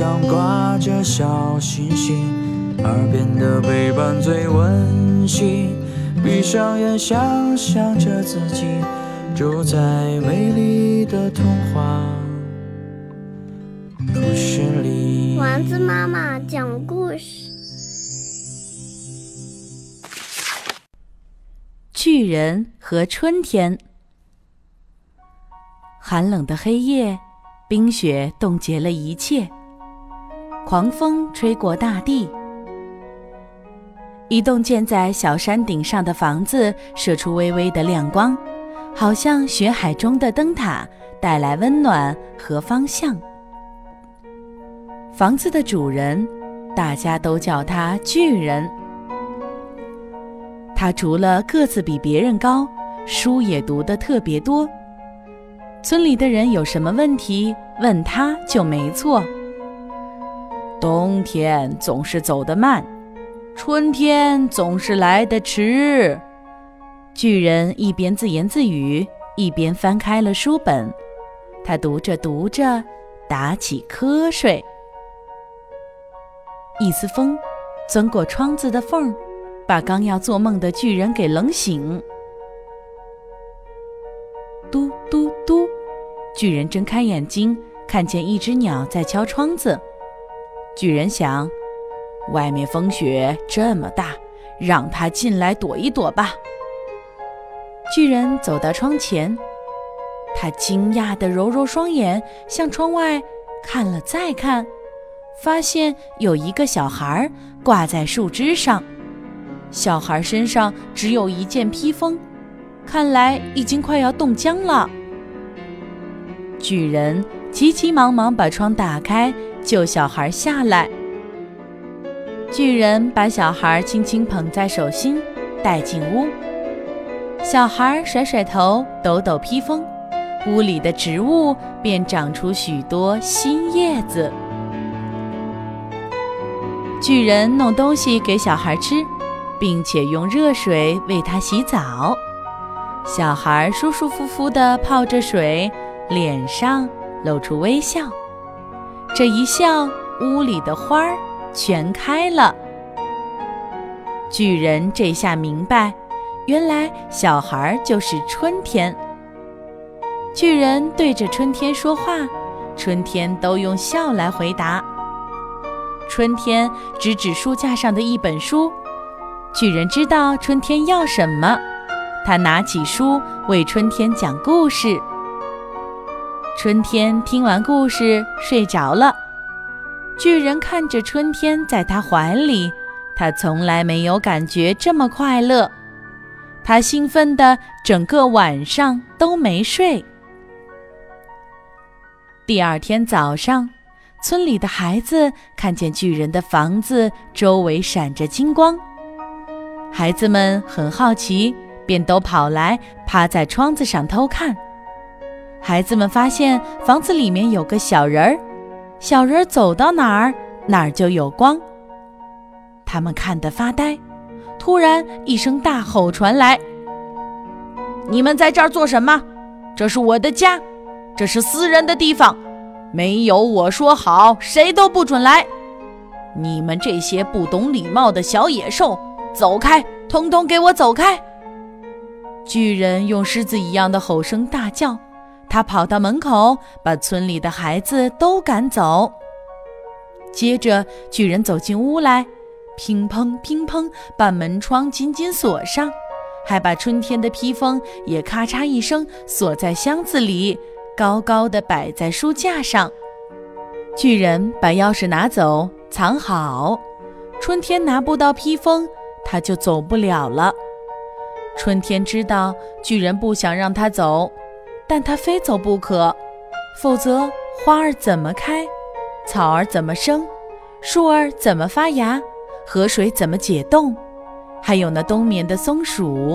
上挂着小星星，耳边的陪伴最温馨。闭上眼，想象着自己住在美丽的童话故事里。 丸子妈妈讲故事。 巨人和春天。寒冷的黑夜，冰雪冻结了一切，狂风吹过大地。一栋建在小山顶上的房子射出微微的亮光，好像雪海中的灯塔，带来温暖和方向。房子的主人，大家都叫他巨人。他除了个子比别人高，书也读得特别多。村里的人有什么问题，问他就没错。冬天总是走得慢，春天总是来得迟。巨人一边自言自语，一边翻开了书本。他读着读着，打起瞌睡。一丝风钻过窗子的缝，把刚要做梦的巨人给冷醒。嘟嘟嘟，巨人睁开眼睛，看见一只鸟在敲窗子。巨人想，外面风雪这么大，让它进来躲一躲吧。巨人走到窗前，他惊讶地揉揉双眼，向窗外看了再看，发现有一个小孩挂在树枝上。小孩身上只有一件披风，看来已经快要冻僵了。巨人急急忙忙把窗打开，救小孩下来。巨人把小孩轻轻捧在手心，带进屋。小孩甩甩头，抖抖披风，屋里的植物便长出许多新叶子。巨人弄东西给小孩吃，并且用热水为他洗澡。小孩舒舒服服地泡着水，脸上露出微笑。这一笑，屋里的花儿全开了。巨人这下明白，原来小孩就是春天。巨人对着春天说话，春天都用笑来回答。春天指指书架上的一本书，巨人知道春天要什么，他拿起书为春天讲故事。春天听完故事睡着了，巨人看着春天在他怀里，他从来没有感觉这么快乐。他兴奋得整个晚上都没睡。第二天早上，村里的孩子看见巨人的房子周围闪着金光。孩子们很好奇，便都跑来趴在窗子上偷看。孩子们发现房子里面有个小人儿，小人走到哪儿，哪儿就有光。他们看得发呆，突然一声大吼传来：你们在这儿做什么？这是我的家，这是私人的地方，没有我说好，谁都不准来。你们这些不懂礼貌的小野兽，走开，统统给我走开！巨人用狮子一样的吼声大叫，他跑到门口，把村里的孩子都赶走。接着巨人走进屋来，乒乓乒乓把门窗紧紧锁上，还把春天的披风也咔嚓一声锁在箱子里，高高地摆在书架上。巨人把钥匙拿走，藏好。春天拿不到披风，他就走不了了。春天知道巨人不想让他走，但他非走不可，否则花儿怎么开，草儿怎么生，树儿怎么发芽，河水怎么解冻，还有那冬眠的松鼠。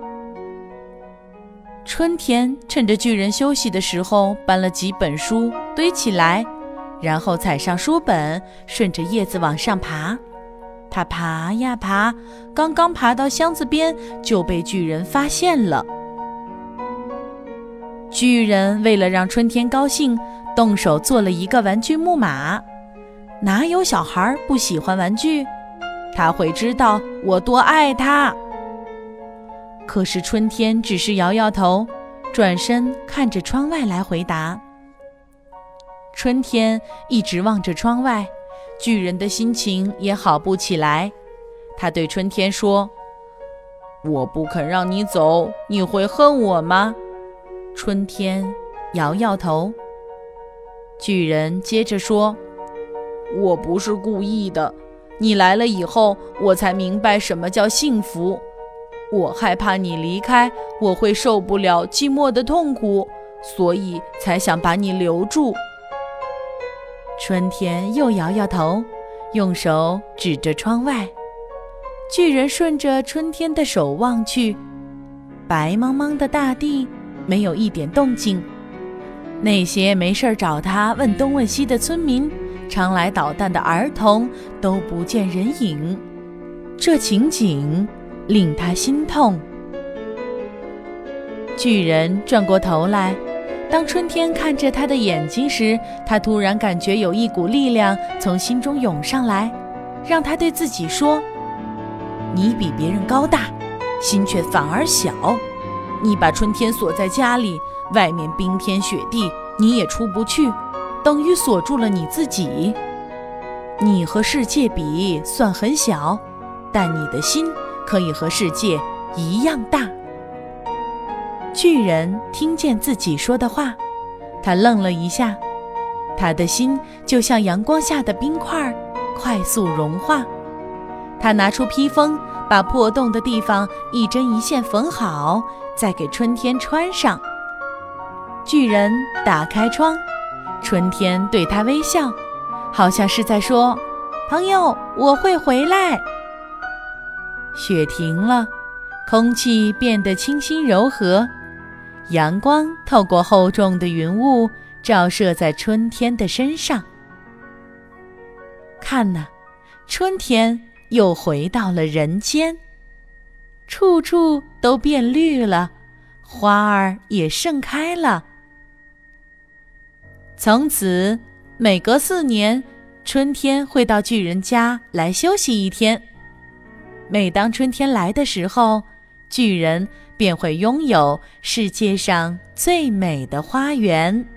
春天趁着巨人休息的时候，搬了几本书堆起来，然后踩上书本，顺着叶子往上爬。他爬呀爬，刚刚爬到箱子边，就被巨人发现了。巨人为了让春天高兴，动手做了一个玩具木马。 哪有小孩不喜欢玩具？他会知道我多爱他。可是春天只是摇摇头，转身看着窗外来回答。春天一直望着窗外，巨人的心情也好不起来。他对春天说：我不肯让你走，你会恨我吗？春天摇摇头。巨人接着说：我不是故意的，你来了以后，我才明白什么叫幸福。我害怕你离开，我会受不了寂寞的痛苦，所以才想把你留住。春天又摇摇头，用手指着窗外。巨人顺着春天的手望去，白茫茫的大地没有一点动静。那些没事找他问东问西的村民，常来捣蛋的儿童都不见人影，这情景令他心痛。巨人转过头来，当春天看着他的眼睛时，他突然感觉有一股力量从心中涌上来，让他对自己说：你比别人高大，心却反而小。你把春天锁在家里，外面冰天雪地，你也出不去，等于锁住了你自己。你和世界比算很小，但你的心可以和世界一样大。巨人听见自己说的话，他愣了一下，他的心就像阳光下的冰块，快速融化。他拿出披风，把破洞的地方一针一线缝好，再给春天穿上。巨人打开窗，春天对他微笑，好像是在说：朋友，我会回来。雪停了，空气变得清新柔和，阳光透过厚重的云雾照射在春天的身上。看哪，春天又回到了人间，处处都变绿了，花儿也盛开了。从此，每隔4年，春天会到巨人家来休息一天。每当春天来的时候，巨人便会拥有世界上最美的花园。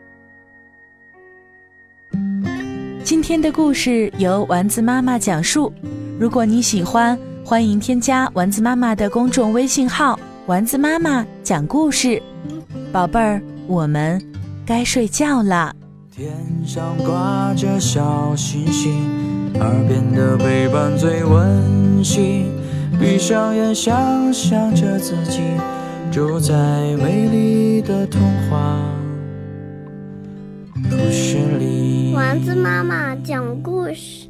今天的故事由丸子妈妈讲述。如果你喜欢，欢迎添加丸子妈妈的公众微信号“丸子妈妈讲故事”。宝贝儿，我们该睡觉了。 天上挂着小星星，耳边的陪伴最温馨。闭上眼，想象着自己住在美丽的童话故事里。 丸子妈妈讲故事。